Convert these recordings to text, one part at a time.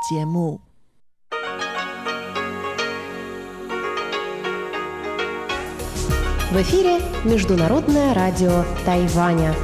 节目。 В эфире Международное радио Тайваня.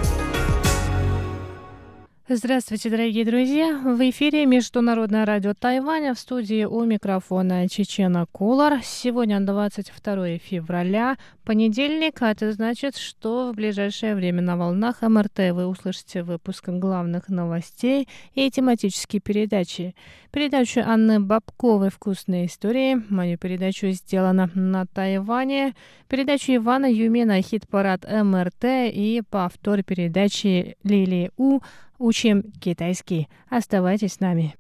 Здравствуйте, дорогие друзья! В эфире Международное радио Тайваня, в студии у микрофона Чечена Кулар. Сегодня 22 февраля, понедельник, а это значит, что в ближайшее время на волнах МРТ вы услышите выпуск главных новостей и тематические передачи. Передачу Анны Бабковой «Вкусные истории», мою передачу «Сделано на Тайване», передачу Ивана Юмена «Хит-парад МРТ» и повтор передачи Лилии У «Учим китайский». Оставайтесь с нами.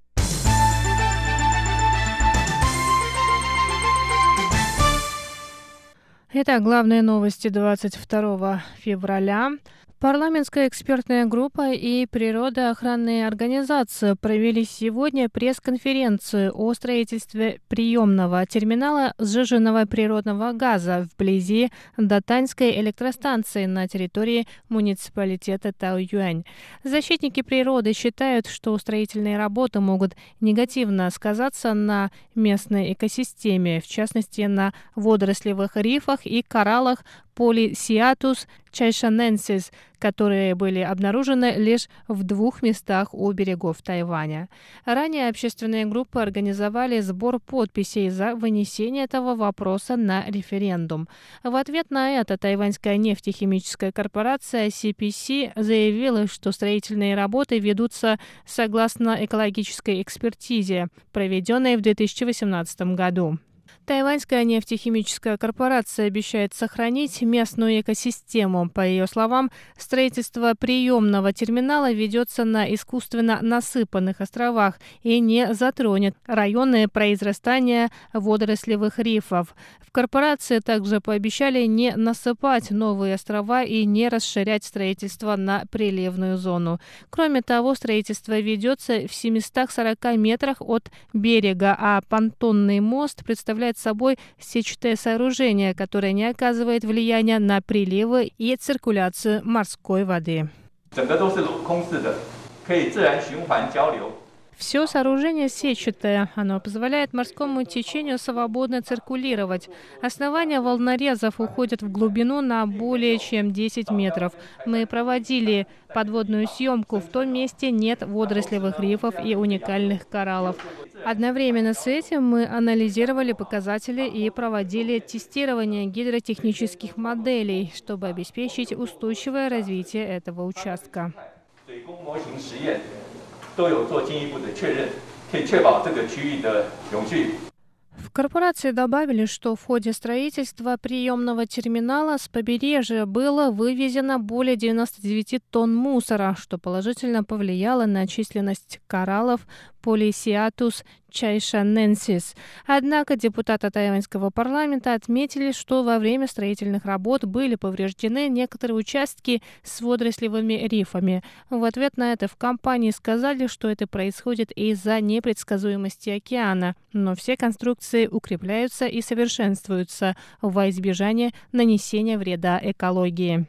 Итак, главные новости 22 февраля. Парламентская экспертная группа и природоохранные организации провели сегодня пресс-конференцию о строительстве приемного терминала сжиженного природного газа вблизи Датаньской электростанции на территории муниципалитета Таоюань. Защитники природы считают, что строительные работы могут негативно сказаться на местной экосистеме, в частности на водорослевых рифах и кораллах Polyciatus chaishanensis, которые были обнаружены лишь в 2 местах у берегов Тайваня. Ранее общественные группы организовали сбор подписей за вынесение этого вопроса на референдум. В ответ на это тайваньская нефтехимическая корпорация CPC заявила, что строительные работы ведутся согласно экологической экспертизе, проведенной в 2018 году. Тайваньская нефтехимическая корпорация обещает сохранить местную экосистему. По ее словам, строительство приемного терминала ведется на искусственно насыпанных островах и не затронет районы произрастания водорослевых рифов. В корпорации также пообещали не насыпать новые острова и не расширять строительство на приливную зону. Кроме того, строительство ведется в 740 метрах от берега, а понтонный мост представляет собой сетчатое сооружение, которое не оказывает влияния на приливы и циркуляцию морской воды. Все сооружение сетчатое. Оно позволяет морскому течению свободно циркулировать. Основания волнорезов уходят в глубину на более чем 10 метров. Мы проводили подводную съемку. В том месте нет водорослевых рифов и уникальных кораллов. Одновременно с этим мы анализировали показатели и проводили тестирование гидротехнических моделей, чтобы обеспечить устойчивое развитие этого участка. В корпорации добавили, что в ходе строительства приемного терминала с побережья было вывезено более 99 тонн мусора, что положительно повлияло на численность кораллов Polyciatus chaishanensis. Однако депутаты тайваньского парламента отметили, что во время строительных работ были повреждены некоторые участки с водорослевыми рифами. В ответ на это в компании сказали, что это происходит из-за непредсказуемости океана, но все конструкции укрепляются и совершенствуются во избежание нанесения вреда экологии.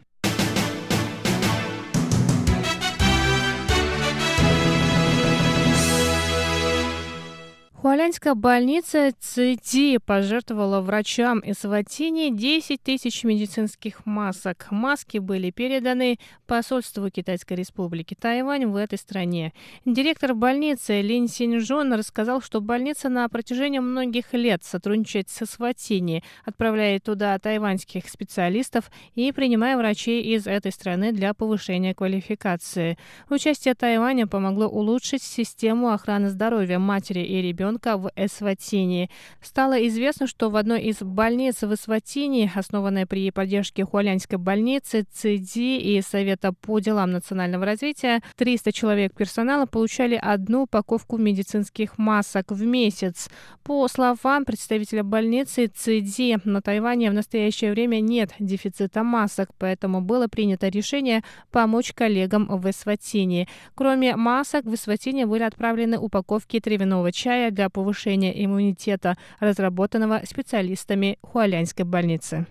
Хуаляньская больница Цзэди пожертвовала врачам Эсватини 10 тысяч медицинских масок. Маски были переданы посольству Китайской республики Тайвань в этой стране. Директор больницы Лин Синьжун рассказал, что больница на протяжении многих лет сотрудничает с Эсватини, отправляя туда тайваньских специалистов и принимая врачей из этой страны для повышения квалификации. Участие Тайваня помогло улучшить систему охраны здоровья матери и ребенка в Эсватини. Стало известно, что в одной из больниц в Эсватини, основанной при поддержке Хуаляньской больницы, Цзэди и Совета по делам национального развития, 300 человек персонала получали 1 упаковку медицинских масок в месяц. По словам представителя больницы Цзэди, на Тайване в настоящее время нет дефицита масок, поэтому было принято решение помочь коллегам в Эсватини. Кроме масок, в Эсватини были отправлены упаковки травяного чая для повышения иммунитета, разработанного специалистами Хуаляньской больницы.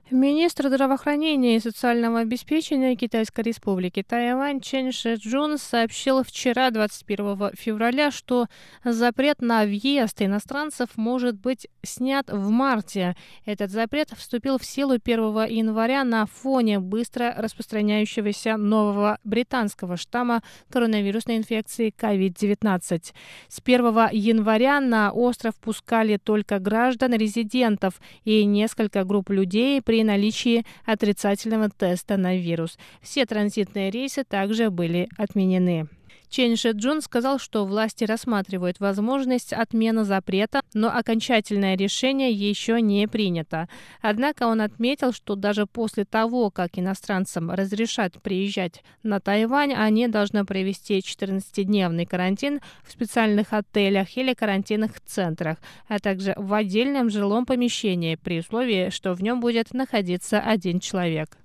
Министр здравоохранения и социального обеспечения Китайской республики Тайвань Чен Ши-чжун сообщил вчера, 21 февраля, что запрет на въезд иностранцев может быть снят в марте. Этот запрет вступил в силу 1 января на фоне быстро распространяющегося нового британского штамма коронавирусной инфекции COVID-19. С 1 января на остров пускали только граждан-резидентов и несколько групп людей при наличии отрицательного теста на вирус. Все транзитные рейсы также были отменены. Чен Ши-чжун сказал, что власти рассматривают возможность отмены запрета, но окончательное решение еще не принято. Однако он отметил, что даже после того, как иностранцам разрешат приезжать на Тайвань, они должны провести 14-дневный карантин в специальных отелях или карантинных центрах, а также в отдельном жилом помещении, при условии, что в нем будет находиться один человек.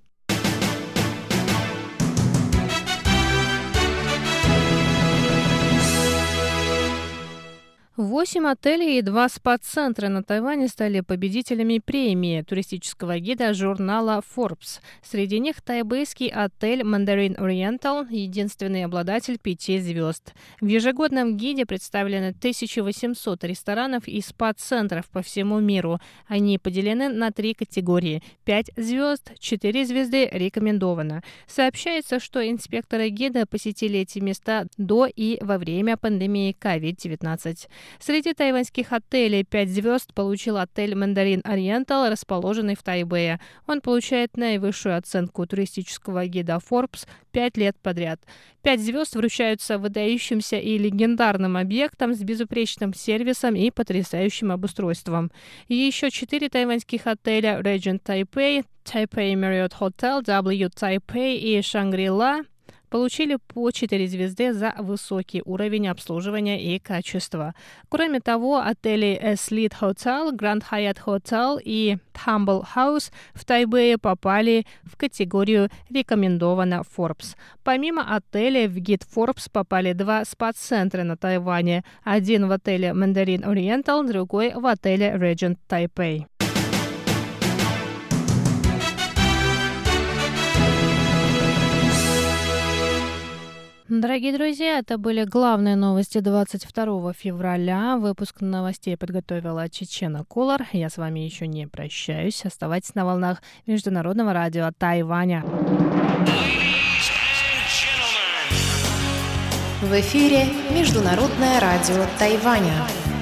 8 отелей и 2 спа-центра на Тайване стали победителями премии туристического гида журнала Forbes. Среди них тайбэйский отель Mandarin Oriental, единственный обладатель 5 звезд. В ежегодном гиде представлены 1800 ресторанов и спа-центров по всему миру. Они поделены на 3 категории: 5 звезд, 4 звезды рекомендовано. Сообщается, что инспекторы гида посетили эти места до и во время пандемии COVID-19. Среди тайваньских отелей 5 звезд получил отель Mandarin Oriental, расположенный в Тайбэе. Он получает наивысшую оценку туристического гида Forbes 5 лет подряд. 5 звезд вручаются выдающимся и легендарным объектам с безупречным сервисом и потрясающим обустройством. И еще 4 тайваньских отеля Regent Taipei, Taipei Marriott Hotel, W Taipei и Shangri-La получили по 4 звезды за высокий уровень обслуживания и качества. Кроме того, отели Sleet Hotel, Grand Hyatt Hotel и Humble House в Тайбэе попали в категорию «Рекомендовано Forbes». Помимо отелей в гид Forbes попали 2 спа-центра на Тайване. Один в отеле Mandarin Oriental, другой в отеле Regent Taipei. Дорогие друзья, это были главные новости 22 февраля. Выпуск новостей подготовила Чечена Кулар. Я с вами еще не прощаюсь. Оставайтесь на волнах Международного радио Тайваня. В эфире Международное радио Тайваня.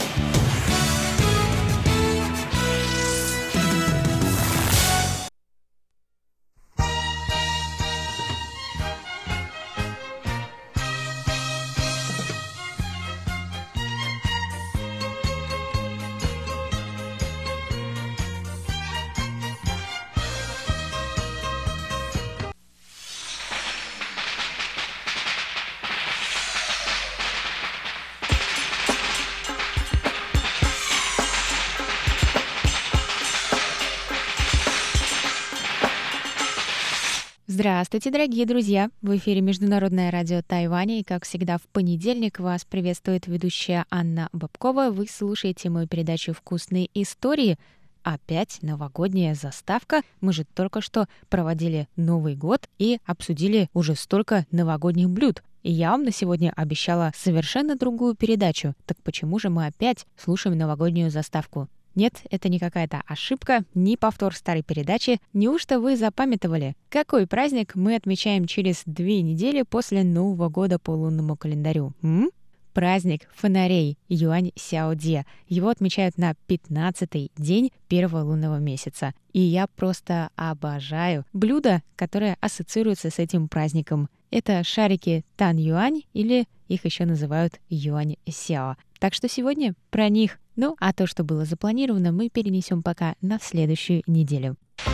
Здравствуйте, дорогие друзья! В эфире Международное радио Тайваня, и, как всегда, в понедельник вас приветствует ведущая Анна Бабкова. Вы слушаете мою передачу «Вкусные истории». Опять новогодняя заставка. Мы же только что проводили Новый год и обсудили уже столько новогодних блюд. И я вам на сегодня обещала совершенно другую передачу. Так почему же мы опять слушаем новогоднюю заставку? Нет, это не какая-то ошибка, не повтор старой передачи. Неужто вы запамятовали, какой праздник мы отмечаем через 2 недели после Нового года по лунному календарю? Праздник фонарей Юань Сяодзе. Его отмечают на 15-й день первого лунного месяца. И я просто обожаю блюда, которые ассоциируются с этим праздником. Это шарики Тан Юань, или их еще называют Юань Сяо. Так что сегодня про них. Ну, а то, что было запланировано, мы перенесем пока на следующую неделю.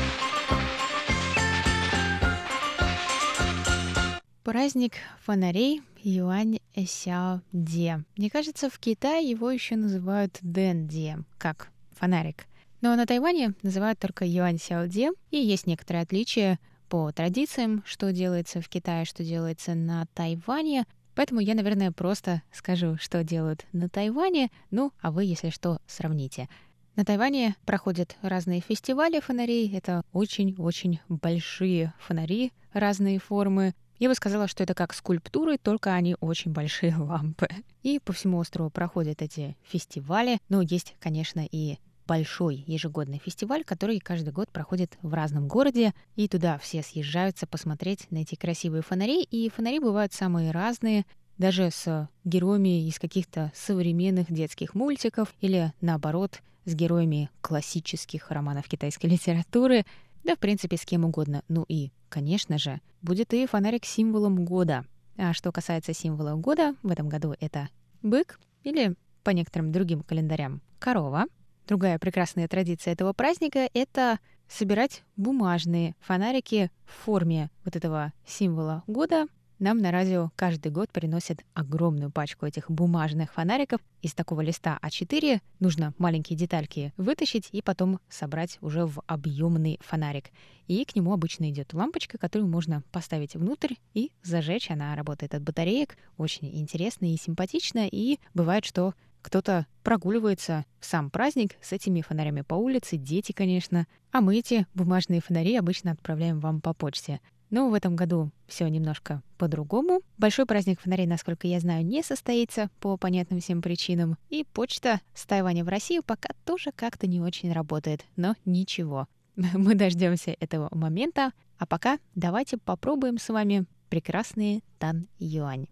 Праздник фонарей Юань Сяодзе. Мне кажется, в Китае его еще называют Дэнде, как фонарик. Но на Тайване называют только Юань Сяодзе, и есть некоторые отличия по традициям, что делается в Китае, что делается на Тайване. Поэтому я, наверное, просто скажу, что делают на Тайване, ну, а вы, если что, сравните. На Тайване проходят разные фестивали фонарей. Это очень-очень большие фонари, разные формы. Я бы сказала, что это как скульптуры, только они очень большие лампы. И по всему острову проходят эти фестивали. Но есть, конечно, и большой ежегодный фестиваль, который каждый год проходит в разном городе. И туда все съезжаются посмотреть на эти красивые фонари. И фонари бывают самые разные, даже с героями из каких-то современных детских мультиков или, наоборот, с героями классических романов китайской литературы, да, в принципе, с кем угодно. Ну и, конечно же, будет и фонарик с символом года. А что касается символа года, в этом году это бык или, по некоторым другим календарям, корова. Другая прекрасная традиция этого праздника — это собирать бумажные фонарики в форме вот этого символа года. Нам на радио каждый год приносят огромную пачку этих бумажных фонариков. Из такого листа А4 нужно маленькие детальки вытащить и потом собрать уже в объемный фонарик. И к нему обычно идет лампочка, которую можно поставить внутрь и зажечь. Она работает от батареек. Очень интересно и симпатично. И бывает, что кто-то прогуливается в сам праздник с этими фонарями по улице, дети, конечно. А мы эти бумажные фонари обычно отправляем вам по почте. Но в этом году все немножко по-другому. Большой праздник фонарей, насколько я знаю, не состоится по понятным всем причинам. И почта с Тайваня в Россию пока тоже как-то не очень работает. Но ничего. Мы дождемся этого момента. А пока давайте попробуем с вами прекрасные тан-юань.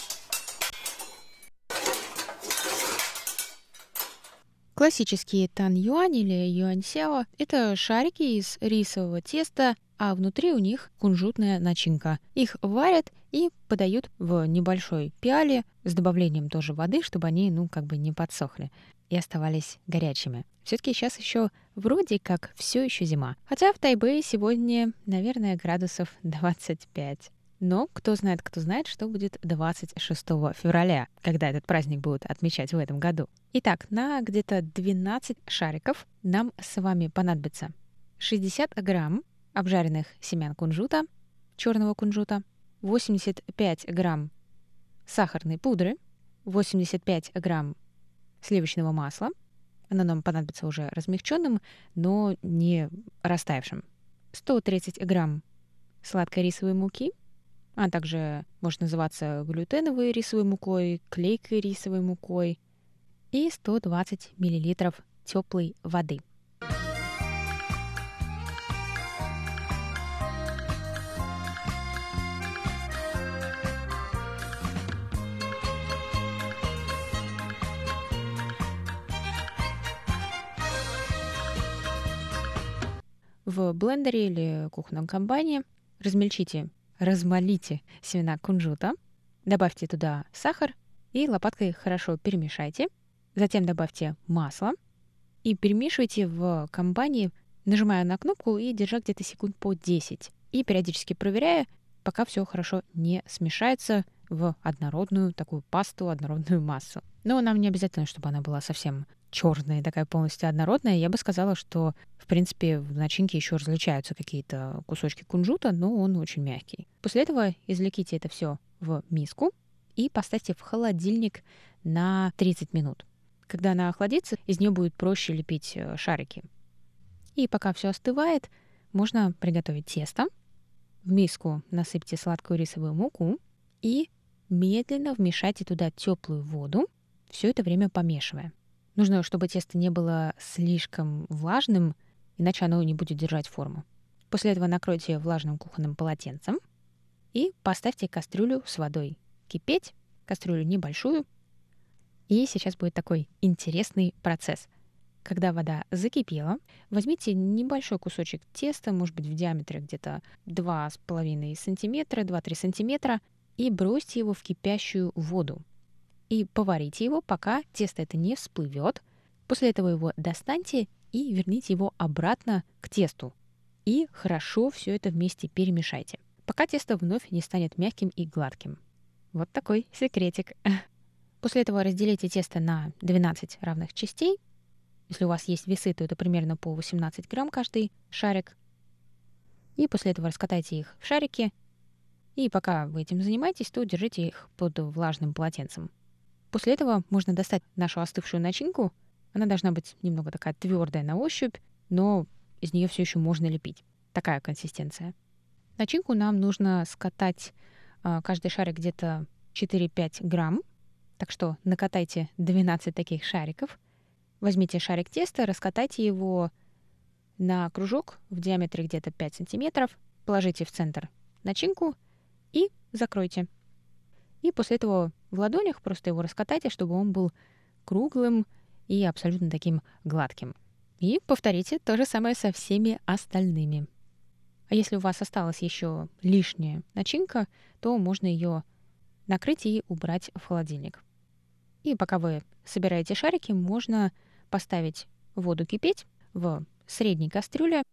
Классические тан-юань или юань-сяо — это шарики из рисового теста, а внутри у них кунжутная начинка. Их варят и подают в небольшой пиале с добавлением тоже воды, чтобы они, не подсохли и оставались горячими. Все-таки сейчас еще вроде как все еще зима. Хотя в Тайбэе сегодня, наверное, градусов 25. Но кто знает, что будет 26 февраля, когда этот праздник будут отмечать в этом году. Итак, на где-то 12 шариков нам с вами понадобится 60 грамм обжаренных семян кунжута, черного кунжута, 85 грамм сахарной пудры, 85 грамм сливочного масла. Оно нам понадобится уже размягченным, но не растаявшим. 130 грамм сладкой рисовой муки, а также может называться глютеновой рисовой мукой, клейкой рисовой мукой, и 120 миллилитров теплой воды. В блендере или кухонном комбайне размолите семена кунжута, добавьте туда сахар и лопаткой хорошо перемешайте. Затем добавьте масло и перемешивайте в комбайне, нажимая на кнопку и держа где-то секунд по 10. И периодически проверяя, пока все хорошо не смешается в однородную такую пасту, однородную массу. Но нам не обязательно, чтобы она была совсем черная, такая полностью однородная. Я бы сказала, что, в принципе, в начинке еще различаются какие-то кусочки кунжута, но он очень мягкий. После этого извлеките это все в миску и поставьте в холодильник на 30 минут. Когда она охладится, из нее будет проще лепить шарики. И пока все остывает, можно приготовить тесто. В миску насыпьте сладкую рисовую муку и медленно вмешайте туда теплую воду, все это время помешивая. Нужно, чтобы тесто не было слишком влажным, иначе оно не будет держать форму. После этого накройте влажным кухонным полотенцем и поставьте кастрюлю с водой кипеть, кастрюлю небольшую. И сейчас будет такой интересный процесс. Когда вода закипела, возьмите небольшой кусочек теста, может быть, в диаметре где-то 2,5 сантиметра, 2-3 сантиметра, и бросьте его в кипящую воду. И поварите его, пока тесто это не всплывет. После этого его достаньте и верните его обратно к тесту. И хорошо все это вместе перемешайте, пока тесто вновь не станет мягким и гладким. Вот такой секретик. После этого разделите тесто на 12 равных частей. Если у вас есть весы, то это примерно по 18 грамм каждый шарик. И после этого раскатайте их в шарики. И пока вы этим занимаетесь, то держите их под влажным полотенцем. После этого можно достать нашу остывшую начинку Она должна быть немного такая твердая на ощупь, но из нее все еще можно лепить. Такая консистенция. Начинку нам нужно скатать каждый шарик где-то 4-5 грамм. Так что накатайте 12 таких шариков. Возьмите шарик теста, раскатайте его на кружок в диаметре где-то 5 сантиметров, положите в центр начинку и закройте. И после этого в ладонях просто его раскатайте, чтобы он был круглым и абсолютно таким гладким. И повторите то же самое со всеми остальными. А если у вас осталась еще лишняя начинка, то можно ее накрыть и убрать в холодильник. И пока вы собираете шарики, можно поставить воду кипеть в средней кастрюле.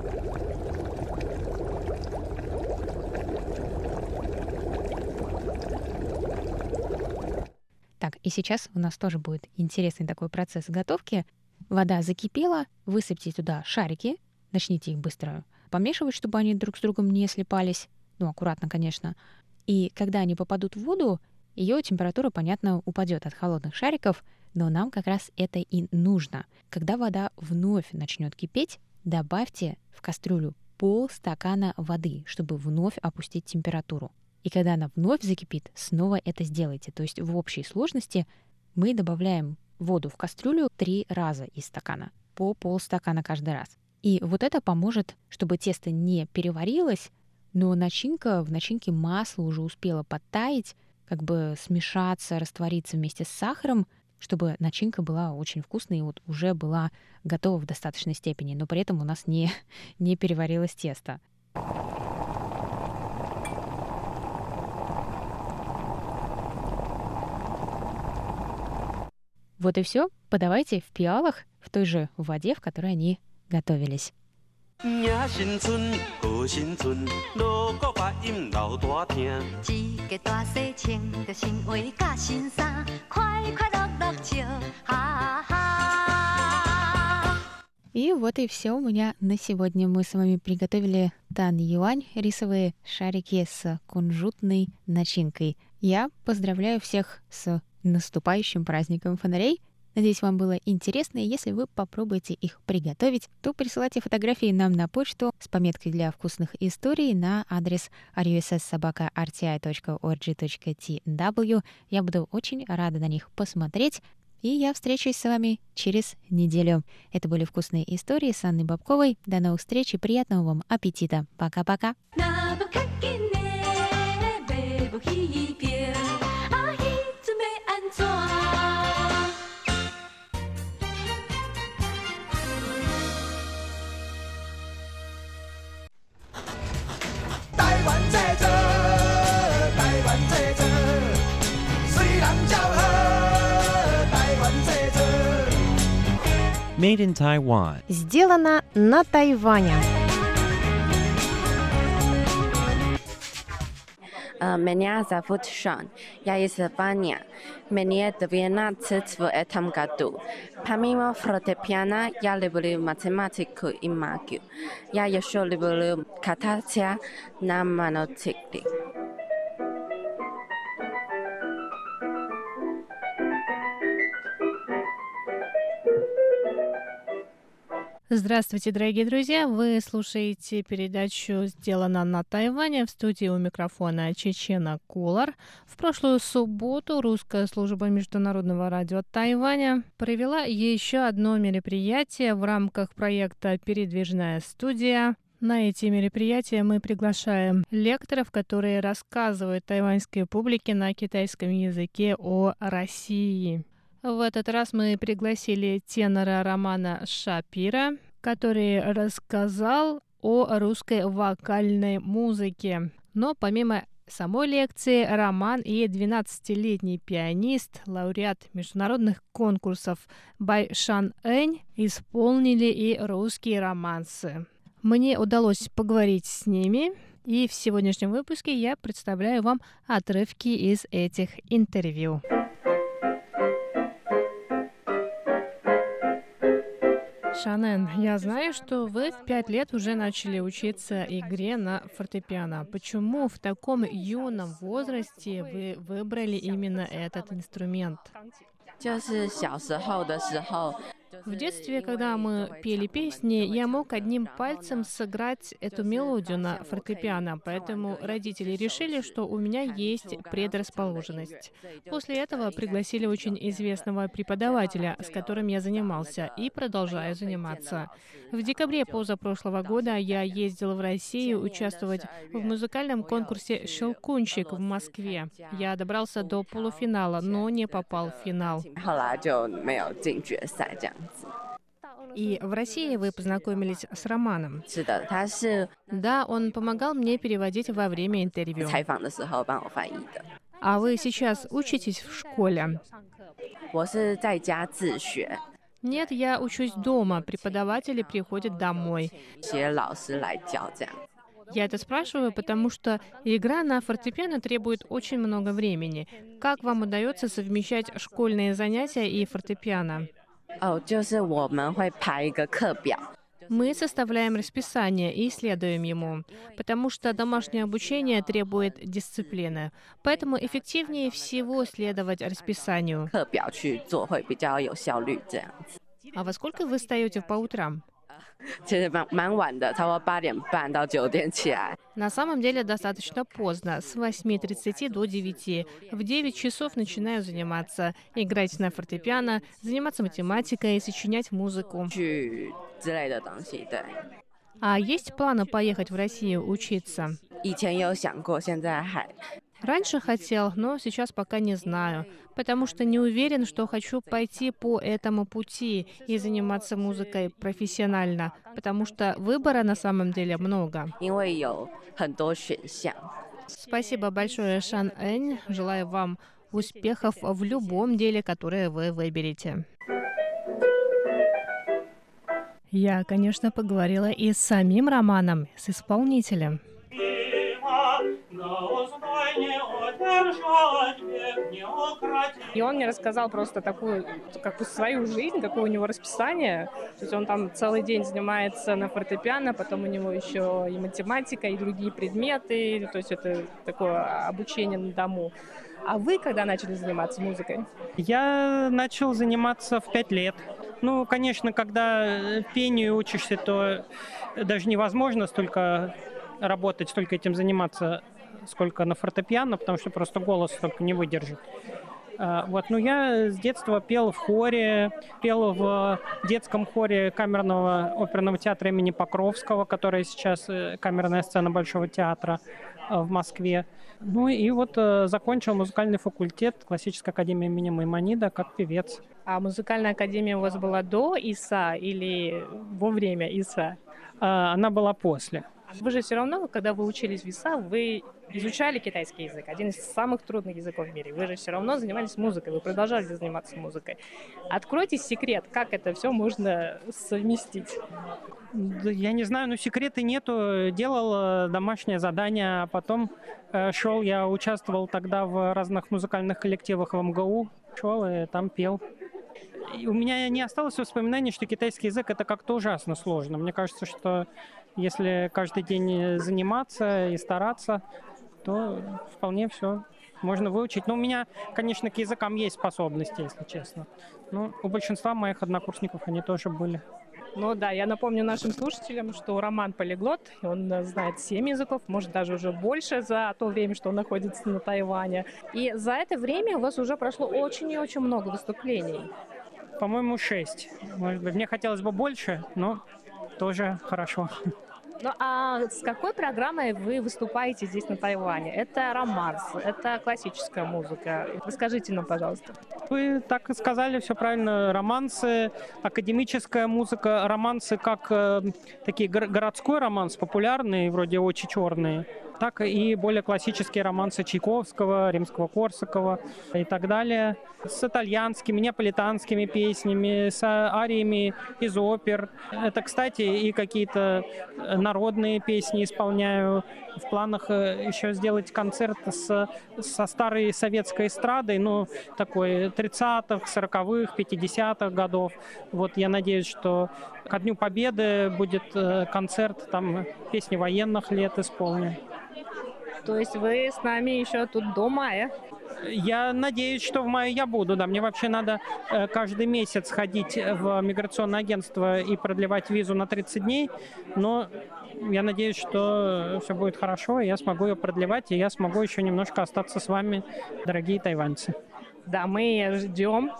Так, и сейчас у нас тоже будет интересный такой процесс готовки. Вода закипела, высыпьте туда шарики, начните их быстро помешивать, чтобы они друг с другом не слипались. Ну, аккуратно, конечно. И когда они попадут в воду, ее температура, понятно, упадет от холодных шариков, но нам как раз это и нужно. Когда вода вновь начнет кипеть, добавьте в кастрюлю полстакана воды, чтобы вновь опустить температуру. И когда она вновь закипит, снова это сделайте. То есть в общей сложности мы добавляем воду в кастрюлю 3 раза из стакана, по полстакана каждый раз. И вот это поможет, чтобы тесто не переварилось, но в начинке масло уже успело подтаять, как бы смешаться, раствориться вместе с сахаром, чтобы начинка была очень вкусной и вот уже была готова в достаточной степени, но при этом у нас не переварилось тесто. Вот и все. Подавайте в пиалах в той же воде, в которой они готовились. И вот и все у меня на сегодня. Мы с вами приготовили тан юань, рисовые шарики с кунжутной начинкой. Я поздравляю всех с наступающим праздником фонарей. Надеюсь, вам было интересно, и если вы попробуете их приготовить, то присылайте фотографии нам на почту с пометкой для вкусных историй на адрес russ@rti.org.tw. Я буду очень рада на них посмотреть, и я встречусь с вами через неделю. Это были вкусные истории с Анной Бобковой. До новых встреч и приятного вам аппетита. Пока-пока. Made in Taiwan. Сделано на Тайване. Меня зовут Шон. Я из Албании. Мне 12 в этом году. Помимо фортепиано, я люблю математику и магию. Я еще люблю кататься на мотоцикле. Здравствуйте, дорогие друзья! Вы слушаете передачу «Сделано на Тайване». В студии у микрофона Чечена Кулар. В прошлую субботу русская служба Международного радио Тайваня провела еще одно мероприятие в рамках проекта «Передвижная студия». На эти мероприятия мы приглашаем лекторов, которые рассказывают тайваньской публике на китайском языке о России. В этот раз мы пригласили тенора Романа Шапира, который рассказал о русской вокальной музыке. Но помимо самой лекции, Роман и 12-летний пианист, лауреат международных конкурсов Бай Шан Энь исполнили и русские романсы. Мне удалось поговорить с ними, и в сегодняшнем выпуске я представляю вам отрывки из этих интервью. Шанен, я знаю, что вы в 5 лет уже начали учиться игре на фортепиано. Почему в таком юном возрасте вы выбрали именно этот инструмент? 就是小时候的时候。 В детстве, когда мы пели песни, я мог одним пальцем сыграть эту мелодию на фортепиано, поэтому родители решили, что у меня есть предрасположенность. После этого пригласили очень известного преподавателя, с которым я занимался и продолжаю заниматься. В декабре позапрошлого года я ездила в Россию участвовать в музыкальном конкурсе «Щелкунчик» в Москве. Я добрался до полуфинала, но не попал в финал. И в России вы познакомились с Романом. Да, он помогал мне переводить во время интервью. А вы сейчас учитесь в школе? Нет, я учусь дома. Преподаватели приходят домой. Я это спрашиваю, потому что игра на фортепиано требует очень много времени. Как вам удается совмещать школьные занятия и фортепиано? Мы составляем расписание и следуем ему, потому что домашнее обучение требует дисциплины. Поэтому эффективнее всего следовать расписанию. А во сколько вы встаете по утрам? На самом деле достаточно поздно, с 8:30 до 9. В 9 часов начинаю заниматься, играть на фортепиано, заниматься математикой, сочинять музыку. А есть планы поехать в Россию учиться? Раньше хотел, но сейчас пока не знаю, потому что не уверен, что хочу пойти по этому пути и заниматься музыкой профессионально, потому что выбора на самом деле много. Спасибо большое, Шан Энь. Желаю вам успехов в любом деле, которое вы выберете. Я, конечно, поговорила и с самим Романом, с исполнителем. И он мне рассказал просто такую, как бы свою жизнь, какое у него расписание. То есть он там целый день занимается на фортепиано, потом у него еще и математика, и другие предметы. То есть это такое обучение на дому. А вы когда начали заниматься музыкой? Я начал заниматься в 5 лет. Ну, конечно, когда пению учишься, то даже невозможно столько работать, столько этим заниматься, сколько на фортепиано, потому что просто голос столько не выдержит. Вот. Но я с детства пел в хоре, пел в детском хоре камерного оперного театра имени Покровского, который сейчас камерная сцена Большого театра в Москве. Ну и вот закончил музыкальный факультет Классической академии имени Маймонида как певец. А музыкальная академия у вас была до ИСА или во время ИСА? Она была после. Вы же все равно, когда вы учились в ИСА, вы изучали китайский язык, один из самых трудных языков в мире. Вы же все равно занимались музыкой, вы продолжали заниматься музыкой. Откройте секрет, как это все можно совместить. Я не знаю, но секрета нету. Делал домашнее задание, а потом я участвовал тогда в разных музыкальных коллективах в МГУ, шел и там пел. И у меня не осталось воспоминаний, что китайский язык это как-то ужасно сложно. Мне кажется, что если каждый день заниматься и стараться, то вполне все можно выучить. Но у меня, конечно, к языкам есть способности, если честно. Но у большинства моих однокурсников они тоже были. Ну да, я напомню нашим слушателям, что Роман полиглот, он знает 7 языков, может даже уже больше за то время, что он находится на Тайване. И за это время у вас уже прошло очень и очень много выступлений. По-моему, 6. Может быть, мне хотелось бы больше, но тоже хорошо. Ну а с какой программой вы выступаете здесь на Тайване? Это романс, это классическая музыка. Расскажите нам, пожалуйста. Вы так и сказали, все правильно. Романсы, академическая музыка, романсы как такие городской романс, популярные, вроде «Очи черные», так и более классические романсы Чайковского, Римского-Корсакова и так далее. С итальянскими, неаполитанскими песнями, с ариями из опер. Это, кстати, и какие-то народные песни исполняю. В планах еще сделать концерт со старой советской эстрадой, ну, такой 30-х, 40-х, 50-х годов. Вот я надеюсь, что ко Дню Победы будет концерт, там песни военных лет исполню. То есть вы с нами еще тут до мая? Я надеюсь, что в мае я буду, да. Мне вообще надо каждый месяц ходить в миграционное агентство и продлевать визу на 30 дней, но я надеюсь, что все будет хорошо, и я смогу ее продлевать, и я смогу еще немножко остаться с вами, дорогие тайваньцы. Да, мы ждем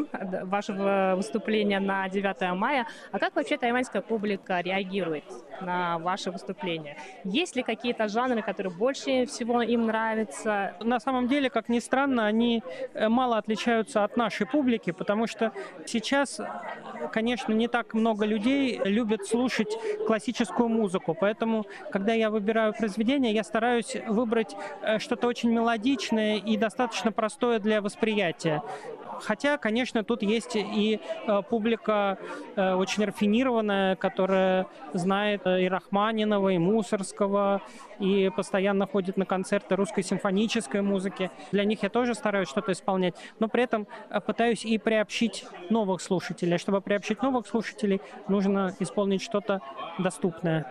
вашего выступления на 9 мая. А как вообще тайваньская публика реагирует на ваши выступления? Есть ли какие-то жанры, которые больше всего им нравятся? На самом деле, как ни странно, они мало отличаются от нашей публики, потому что сейчас, конечно, не так много людей любят слушать классическую музыку. Поэтому, когда я выбираю произведение, я стараюсь выбрать что-то очень мелодичное и достаточно простое для восприятия. Хотя, конечно, тут есть и публика очень рафинированная, которая знает и Рахманинова, и Мусорского, и постоянно ходит на концерты русской симфонической музыки. Для них я тоже стараюсь что-то исполнять, но при этом пытаюсь и приобщить новых слушателей. Чтобы приобщить новых слушателей, нужно исполнить что-то доступное.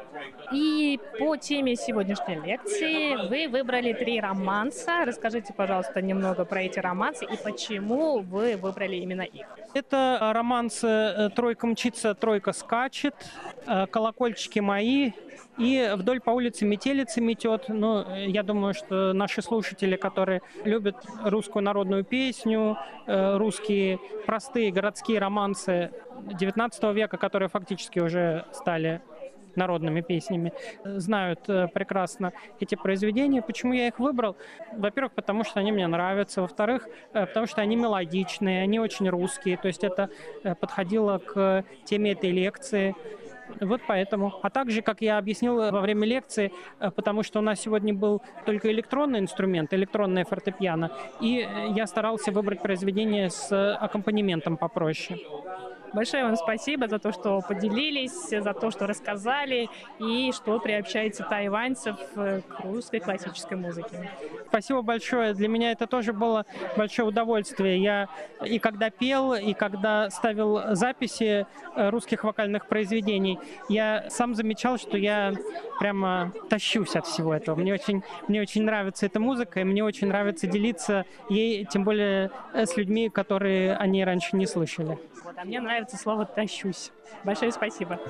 И по теме сегодняшней лекции вы выбрали 3 романса. Расскажите, пожалуйста, немного про эти романсы и почему вы выбрали именно их. Это романсы «Тройка мчится, тройка скачет», «Колокольчики мои» и «Вдоль по улице метелица метет». Ну, я думаю, что наши слушатели, которые любят русскую народную песню, русские простые городские романсы XIX века, которые фактически уже стали народными песнями, знают прекрасно эти произведения. Почему я их выбрал? Во-первых, потому что они мне нравятся. Во-вторых, потому что они мелодичные, они очень русские. То есть это подходило к теме этой лекции. Вот поэтому. А также, как я объяснил во время лекции, потому что у нас сегодня был только электронный инструмент, электронное фортепиано, и я старался выбрать произведение с аккомпанементом попроще. Большое вам спасибо за то, что поделились, за то, что рассказали и что приобщаете тайваньцев к русской классической музыке. Спасибо большое. Для меня это тоже было большое удовольствие. Я и когда пел, и когда ставил записи русских вокальных произведений, я сам замечал, что я прямо тащусь от всего этого. Мне очень нравится эта музыка, и мне очень нравится делиться ей, тем более с людьми, которые о ней раньше не слышали. Вот, а мне нравится слово «тащусь». Большое спасибо.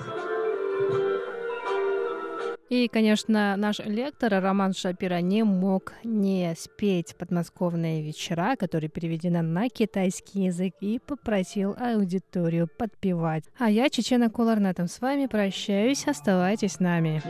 И, конечно, наш лектор Роман Шапира не мог не спеть «Подмосковные вечера», которые переведены на китайский язык, и попросил аудиторию подпевать. А я, Чечена Кулар, на этом с вами прощаюсь. Оставайтесь с нами.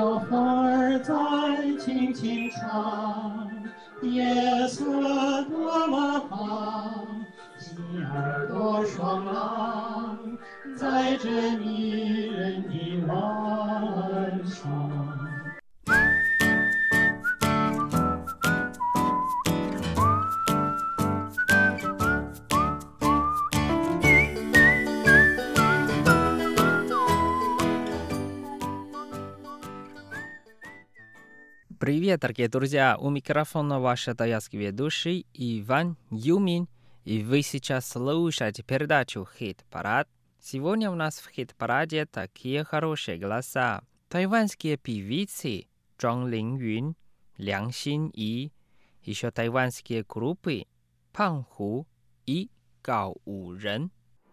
Привет, дорогие друзья! У микрофона ваш тайский ведущий Иван Юмин, и вы сейчас слушаете передачу «Хит-парад». Сегодня у нас в «Хит-параде» такие хорошие голоса. Тайваньские певицы Чжан Линюн, Лян Синьи, еще тайваньские группы Пан Ху и Гао Урен.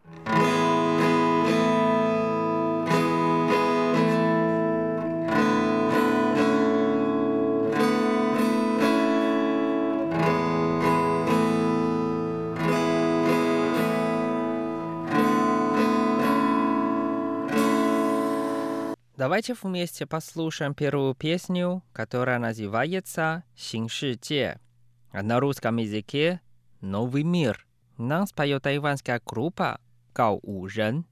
Давайте вместе послушаем первую песню, которая называется «Син Шиджie», а на русском языке «Новый мир». Нам споет тайваньская группа Гао Урен.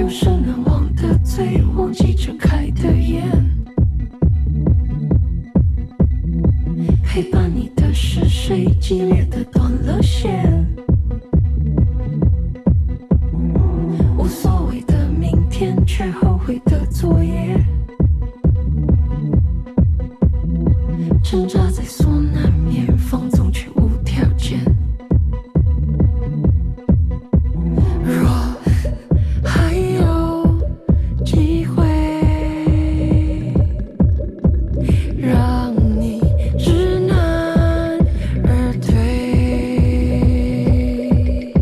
生难忘的醉，忘记睁开的眼。陪伴你的是谁？激烈的断了线。无所谓的明天，却后悔的昨夜。挣扎在所难免，放纵却无条件。若还有机会，让你知难而退，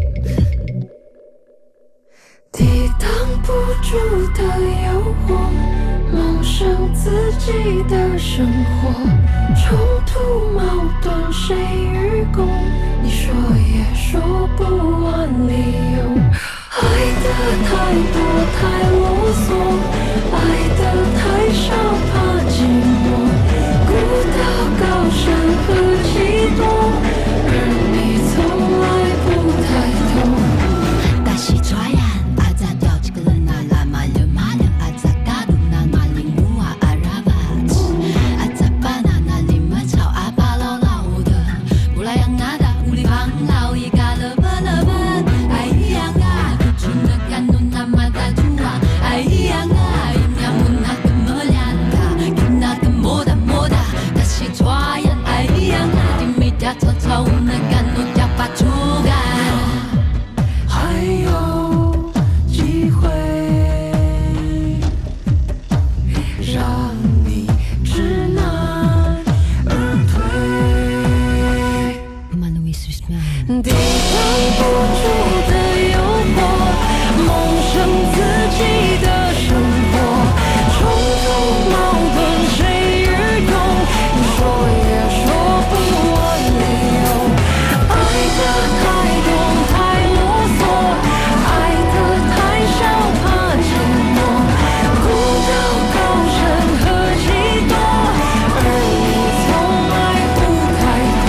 抵挡不住的诱惑，梦想自己的生活。冲突矛盾谁与共？你说也说不完理由。爱的太多太啰嗦，爱的太少怕寂寞。孤岛高山和几多，而你从来不抬头。 다시 줘야 아자掉几个人啊啦嘛了嘛了啊咋嘎鲁那嘛领悟啊阿拉巴啊咋巴那那里么吵啊巴老老的不来养那的无力帮老一嘎了吧了吧哎呀啊不出那干努那嘛大猪啊哎呀啊一秒不那个么亮的给那个么的么的다시 줘야哎呀啊你没得偷偷那干努叫把出干还有机会，让你知难而退。抵挡不住的诱惑，梦想自己的生活。冲突矛盾谁与共？你说也说不完理由。爱的太多太啰嗦，爱的太少怕寂寞。孤岛高山和几多，而你从来不开口。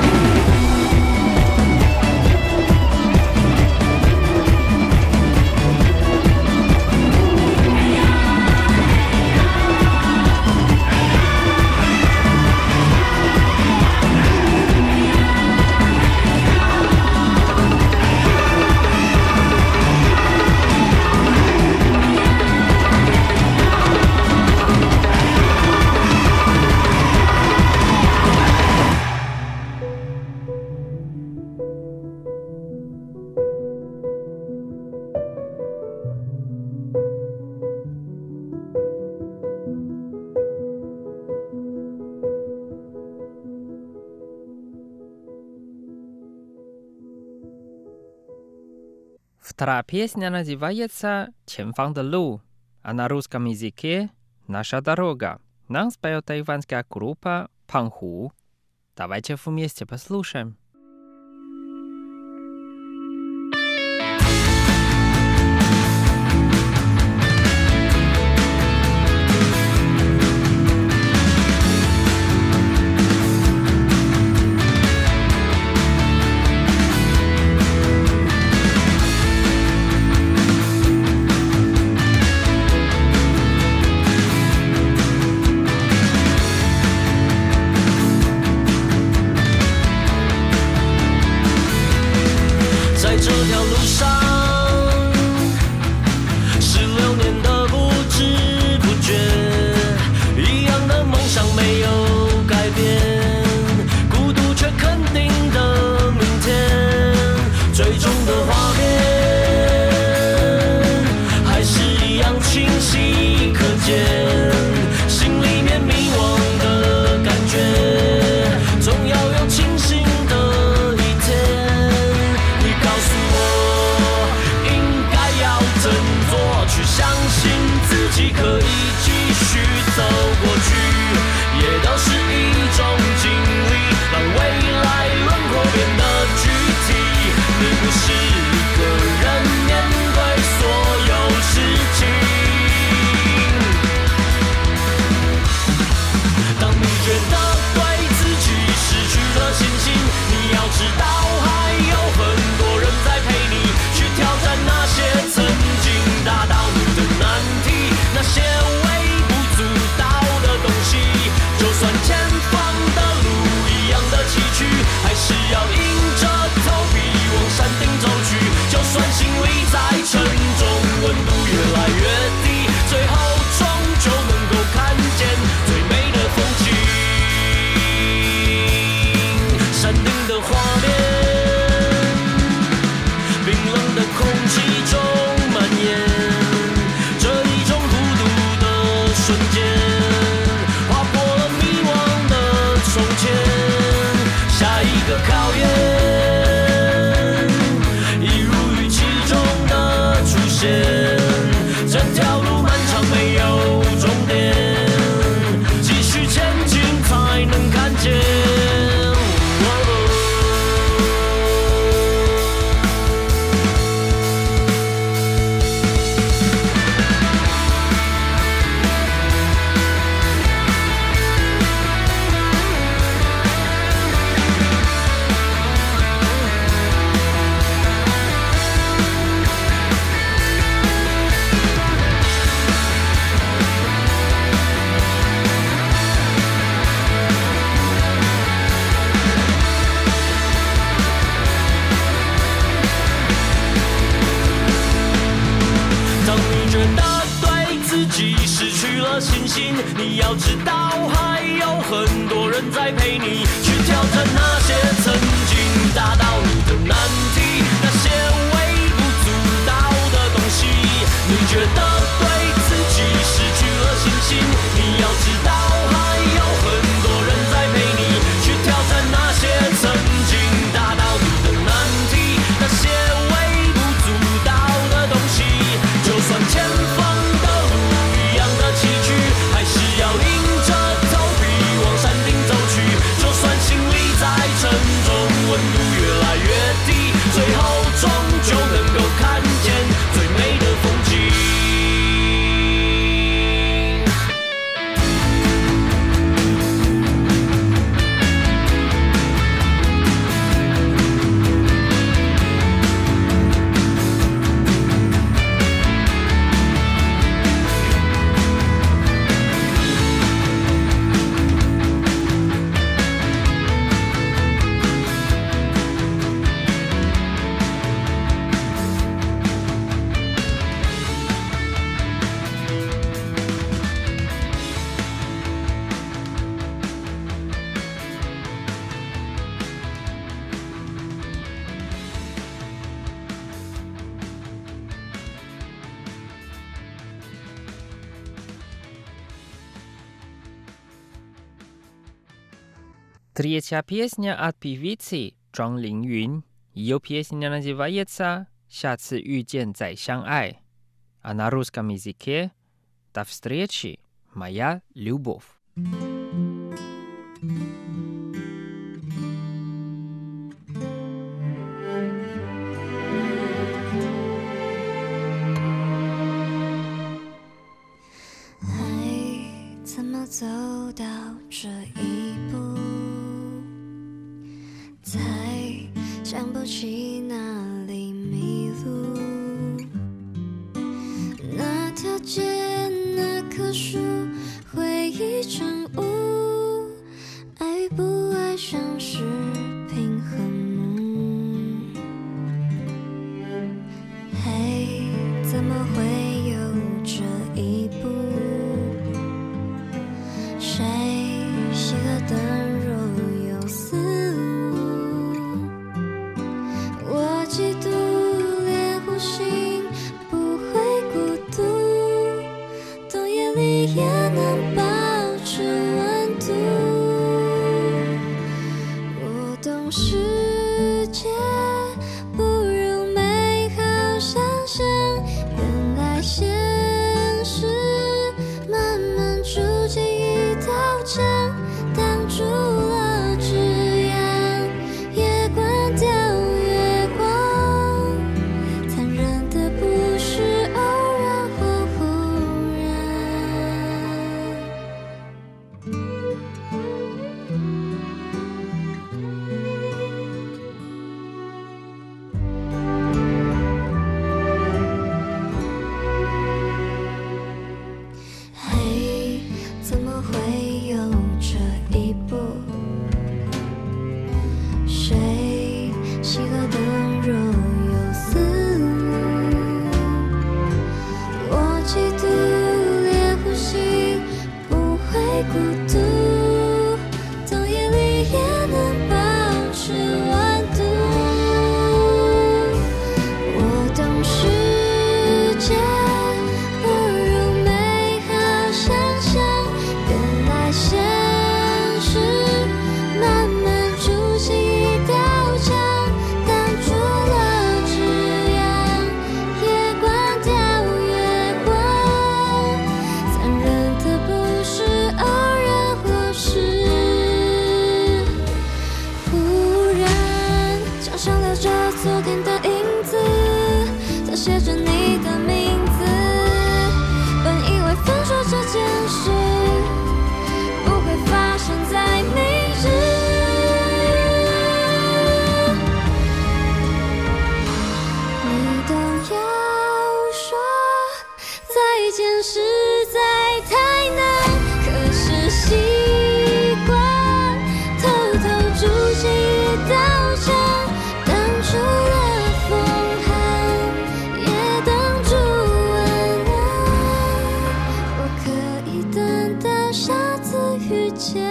Вторая песня называется «Чем фан де лу», а на русском языке «Наша дорога». Нам споет тайванская группа Панху. Давайте вместе послушаем. 算心里再沉重，温度越来越低，最后终究能够看见最美的风景。山顶的画面，冰冷的空气中蔓延着一种孤独的瞬间，划破了迷惘的从前。下一个考验，一如预期中的出现，这条路漫长没有终点，继续前进才能看见。信心，你要知道还有很多人在陪你去挑战那些曾经打倒你的难题，那些微不足道的东西。你觉得对自己失去了信心，你要知道还有很多人在陪你去挑战那些曾经打倒你的难题，那些微不足道的东西。就算前方的路一样的崎岖，还是要硬着头皮往山顶走去。就算心里再沉重，温度越来越低，最后终究能够看见最美的风景。 Третья песня от певицы Чжан Линюн. Ее песня называется «下次遇见再相爱», а на русском языке «До встречи, моя любовь». 爱怎么走到这一步，才想不起哪里迷路。那条街，那棵树，回忆成雾，爱与不爱像是平衡木。嘿，怎么会有这一步？谁熄了灯若有似无？我嫉妒连呼吸不会孤独，冬夜里也能保持温度。我懂世界不如美好想象，原来世界不如美好想象，原来现实慢慢筑起一道墙，挡住了枝桠，也关掉月光。残忍的不是偶然或是忽然，墙上留着昨天的影子，它写着你的名字。本以为分手这件事不会发生在明日，你都要说再见实在太难，可是习惯偷偷筑起一道墙，挡住了风寒，也挡住温暖。我可以等到下次遇见，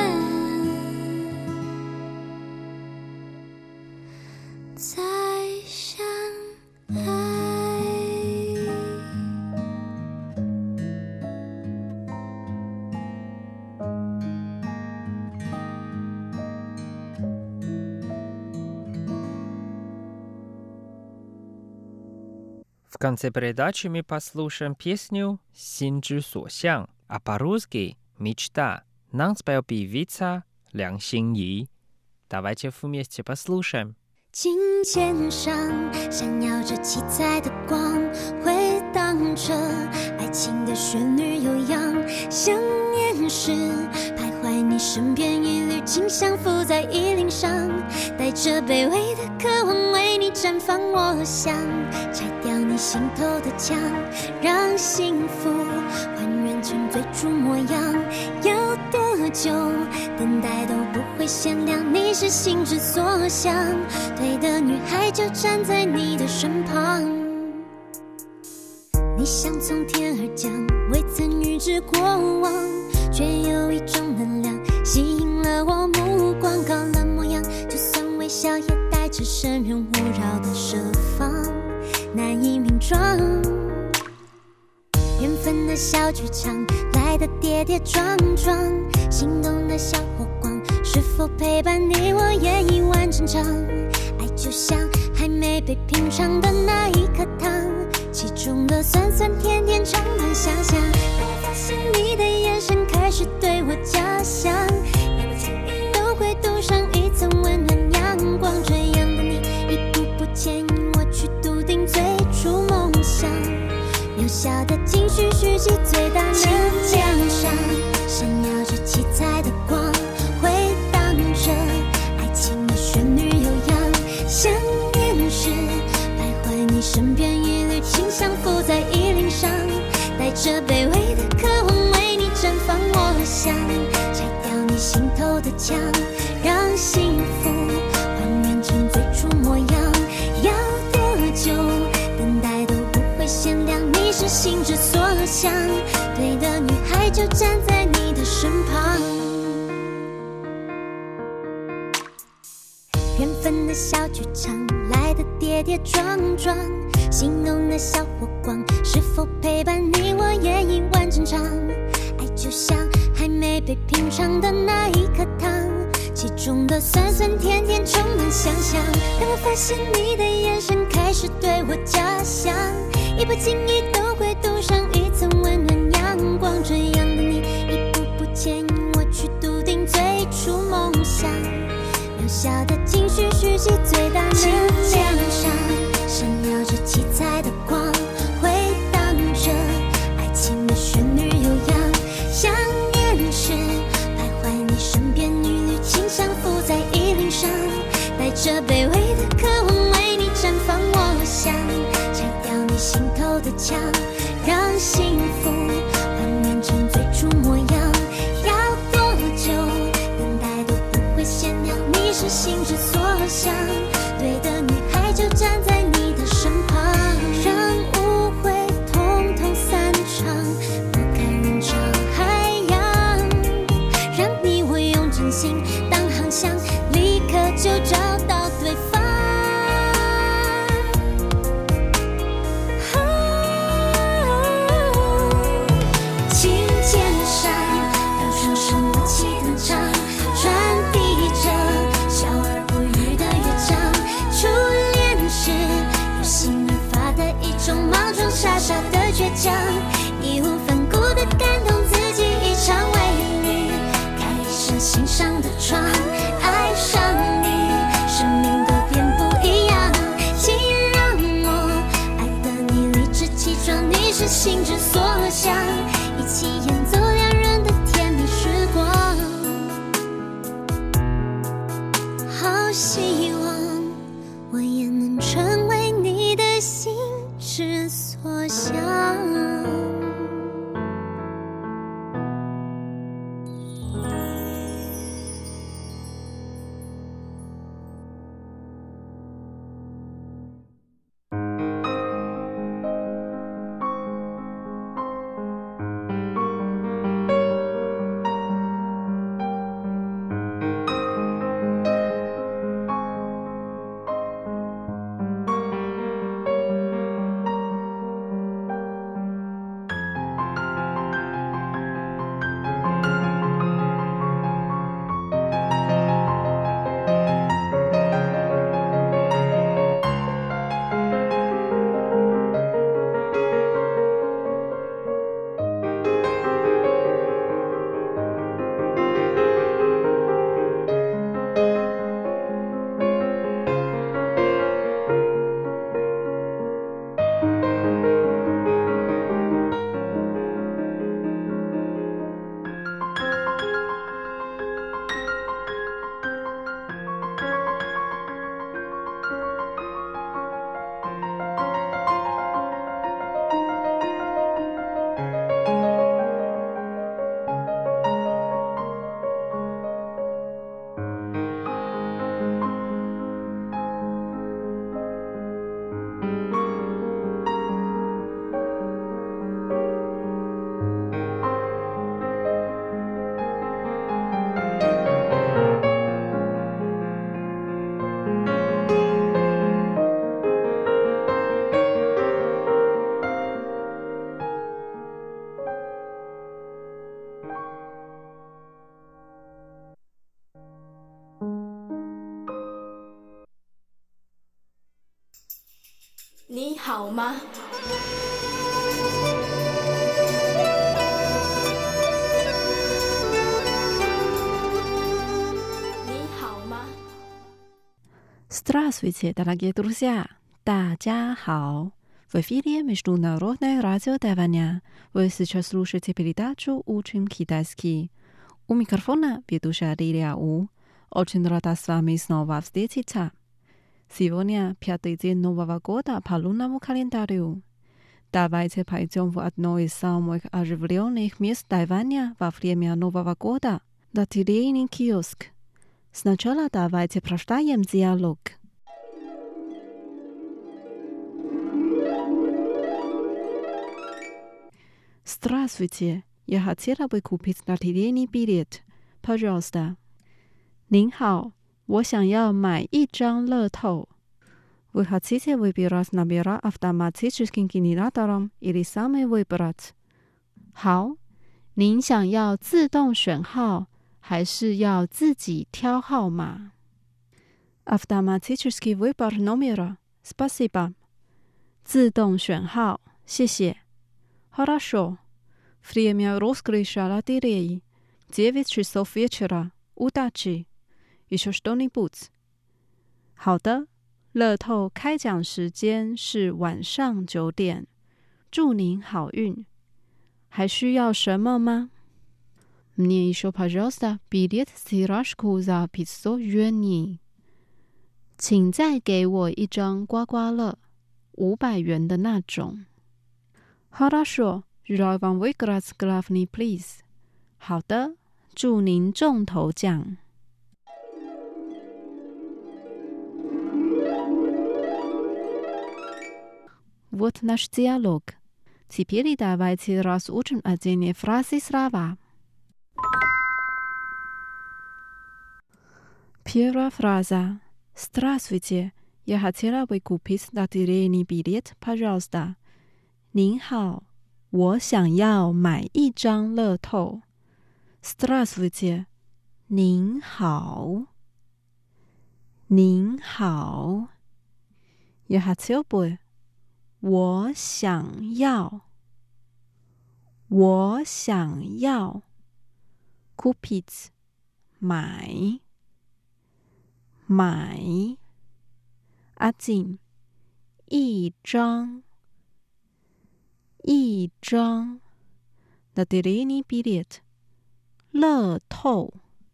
再相爱。 В конце передачи мы послушаем песню «Син之所向», а по-русски «Мечта». Нам спел певица梁心颐. Давайте вместе послушаем. 琴键上闪耀着七彩的光，回荡着爱情的旋律悠扬。想念时徘徊你身边，一缕清香浮在衣领上，带着卑微的渴望为你绽放。我想拆掉你心头的墙，让幸福还原成最初模样。要多久等待都不会限量，你是心之所向，对的女孩就站在你的身旁。你像从天而降，未曾预知过往，却有一种能量吸引了我目光。高冷模样，就算微笑也带着生人勿扰的设防，难以名状。缘分的小剧场来的跌跌撞撞，心动的小火光是否陪伴你我也已完整场。爱就像还没被品尝的那一颗糖，其中的酸酸甜甜充满想象。当我发现你的眼神开始对我假想，也不经意都会镀上一层温暖阳光。这样的你一步步牵引我去笃定最初梦想，渺小的情绪蓄积最大能量。琴键上闪耀着七彩的光，回荡着爱情的旋律悠扬。想念时徘徊你身边，一缕清香浮在衣领上，带着卑微的渴望为你绽放。我想拆掉你心头的墙，让幸福还原成最初模样。要多久等待都不会限量，你是心之所向，对的女孩就站在你的身旁。缘分的小剧场来的跌跌撞撞，心动的小火光是否陪伴你我也已完整场。爱就像还没被品尝的那一颗糖，其中的酸酸甜甜充满想象。当我发现你的眼神开始对我假想，一不经意都会镀上一层温暖阳光。这样的你一步步牵引我去笃定最初梦想，渺小的情绪蓄积最大能量。琴键上闪耀着七彩的光，回荡着爱情的旋律悠扬。想念时徘徊你身边，一缕清香浮在衣领上，带着卑微的渴望为你绽放。我想拆掉你心头的墙，让幸福还原成最初模样。要多久等待都不会限量，你是心之所向，对的女孩就站在你的身旁。让误会统统散场，不看人潮海洋，让你我用真心当航向，立刻就找到对方。 着心之所向，一起演奏两人的甜蜜时光。好希望我也能成为你的心之所向。你好吗？你好吗 Здравствуйте, дорогие друзья! 大家好! В эфире Международное радио Тайваня. Вы сейчас слушаете передачу «Учим китайский». У микрофона ведущая Лилия У. Очень рада с вами снова встретиться. Сегодня 5-й день Нового года по лунному календарю. Давайте пойдем в одно из самых оживленных мест Тайваня во время Нового года – лотерейный киоск. Сначала давайте прочитаем диалог. Здравствуйте, я хотела бы купить лотерейный билет. Пожалуйста. 您好，我想要买一张乐透。Вы хотите выбирать номера автоматическим генератором или сами выбрать? 好，您想要自动选号，还是要自己挑号码？ Автоматический выбор номера. Спасибо. 自动选号，谢谢。Хорошо. Время розыгрыша лотереи. 9 часов вечера. Удачи. Еще что-нибудь? 好的，乐透开奖时间是晚上9点。祝您好运。还需要什么吗？ Мне еще, пожалуйста, билет с тиражку за 500 юаней. 请再给我一张刮刮乐，500元的那种。Хорошо, желаю вам выиграть главный приз. 好的，祝您中头奖。Вот наш диалог. Теперь давайте разучим отдельные фразы и слова. Первая фраза. Здравствуйте, я хотела бы купить лотерейный билет, пожалуйста. 您好，我想要买一张乐透。Здравствуйте, 您好，您好。Я хотел бы, 我想要，我想要。Купить, 买，买。один, 一张， 一张 Лотерейный билет 乐透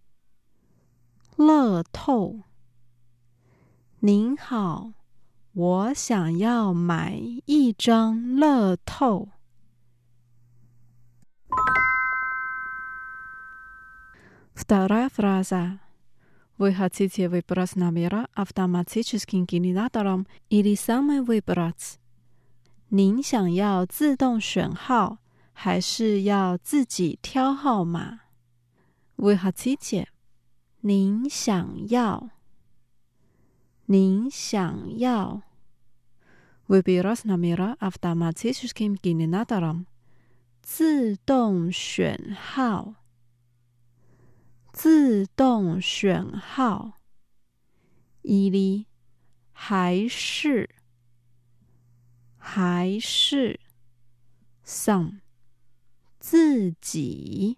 乐透您好，我想要买一张乐透。Вторая фраза. Вы хотите выбрать номера автоматическим генератором или сами выбрать? 您想要自动选号，还是要自己挑号码？ Вы хотите 您想要您想要 Выбирать номера автоматическим генератором 自动选号自动选号 или 还是 sам 自己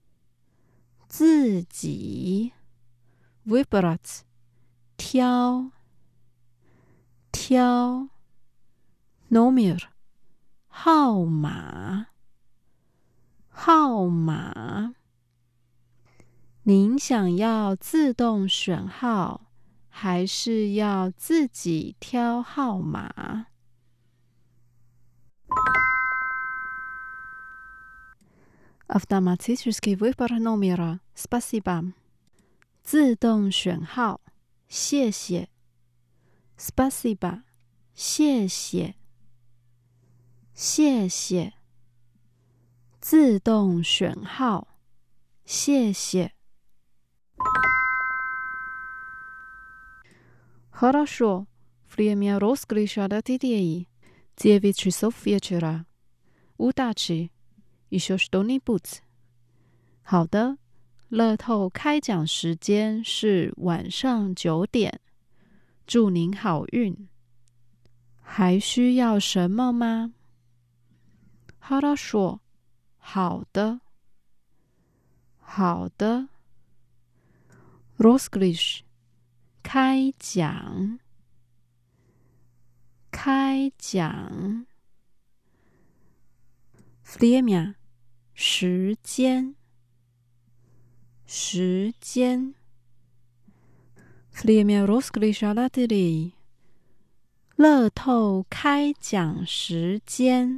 Выбрать 挑 номер 号码您想要自动选号，还是要自己挑号码？Автоматический выбор номера. Спасибо. 自动选号，谢谢。Спасибо. 谢谢。谢谢。自动选号，谢谢。Хорошо. Время розыгрыша идеи. 9 часов вечера. Удачи. Еще что-нибудь? 好的，乐透开奖时间是晚上9点。祝您好运。还需要什么吗？ Хорошо. 好的。好的。Розыгрыш. 开奖。开奖。Время. 时间。时间。Время розыгрыша лотереи. 乐透开奖时间。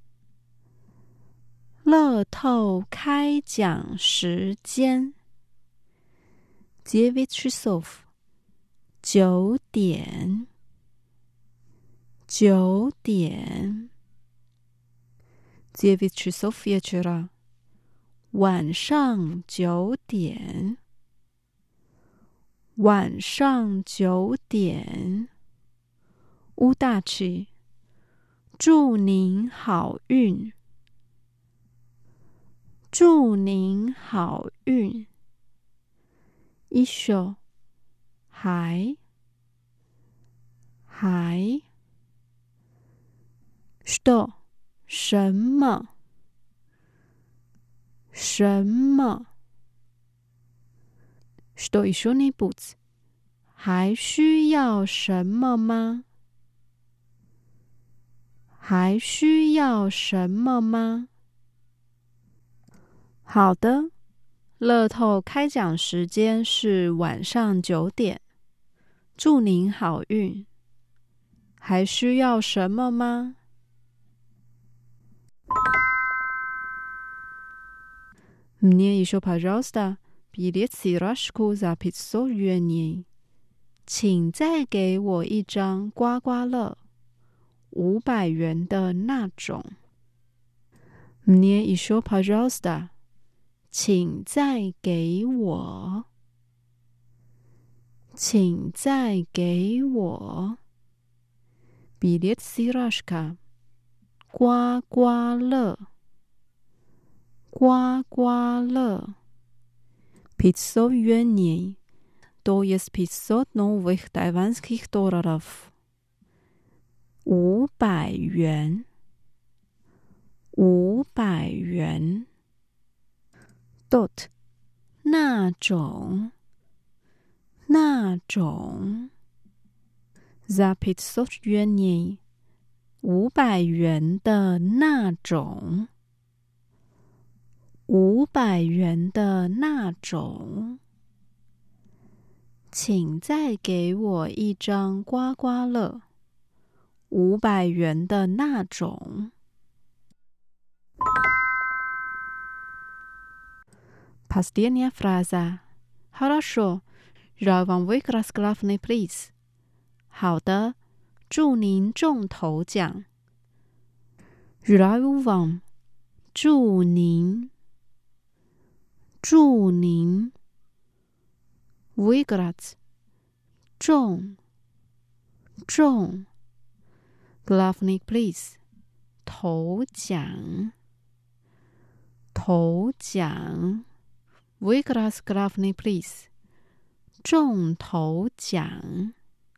乐透开奖时间。9 часов. 9点。9点。9 часов вечера. 晚上9点。晚上9点。Удачи. 祝您好运。祝您好运。Еще. 还。Что. 什么。什么。Что еще-нибудь? 还需要什么吗？还需要什么吗？好的，乐透开奖时间是晚上9点。祝您好运。还需要什么吗？Мне еще, пожалуйста, билет сирашку за 500 юаней. 请再给我一张刮刮乐，500元的那种。Мне еще, пожалуйста. 请再给我。请再给我。Билет сирашка. 刮刮乐。刮刮乐。500 юаней. То есть 500 новых тайванских долларов. 500元。500元。Тот. 那种。那种。За 500 юаней. 500元的那种，500元的那种，请再给我一张刮刮乐，500元的那种。Последняя фраза. Хорошо. Желаю вам выиграть главный приз. 好的，祝您中头奖。Желаю вам. 祝您。Выиграть. 中。Главный приз. 头奖。Выиграть главный приз. 中头奖。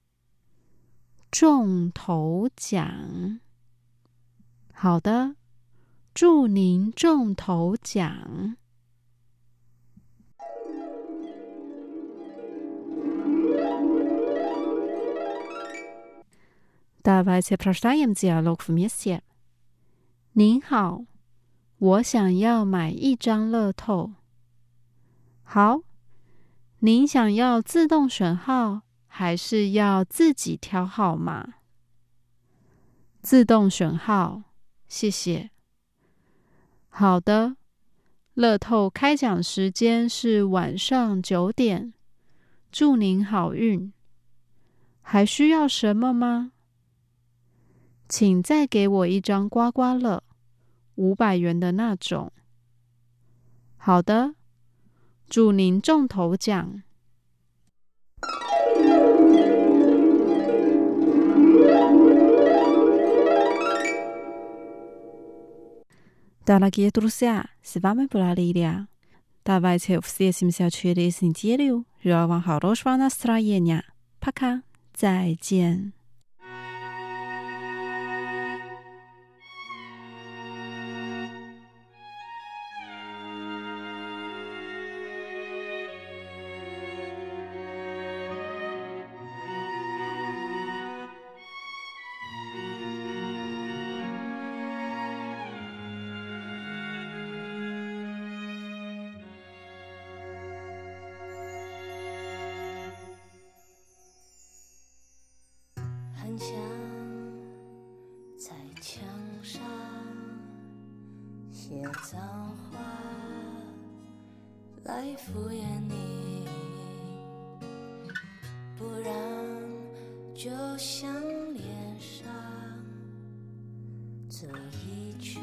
好的，祝您中头奖。Давайте прочитаем диалог вместе. 您好，我想要买一张乐透。好，您想要自动选号，还是要自己挑号码？自动选号，谢谢。好的，乐透开奖时间是晚上9点。祝您好运。还需要什么吗？请再给我一张刮刮乐，500元的那种。好的，祝您中头奖。Дорогие друзья, с вами была Лилия. Давайте встретимся через неделю. Желаю вам хорошего настроения. Пока. 再见。 很想在墙上写脏话来敷衍你，不然就像脸上这一圈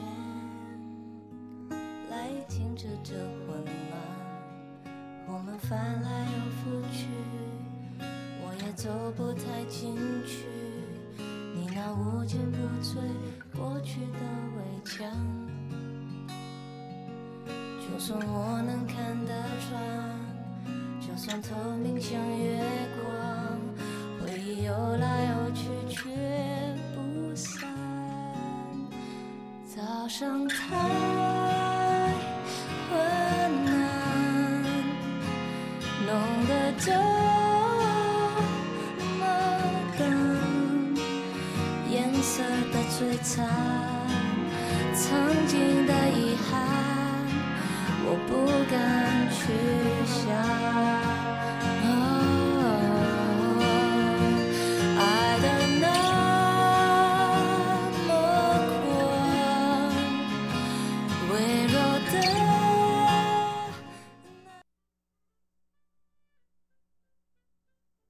来停止这混乱，我们翻来又覆去，我也走不太进去，你那无坚不摧过去的围墙，就算我能看得穿，就算透明像月光，回忆游来游去却不散，早上太昏暗，弄得这颜色的摧残，曾经的遗憾，我不敢去想。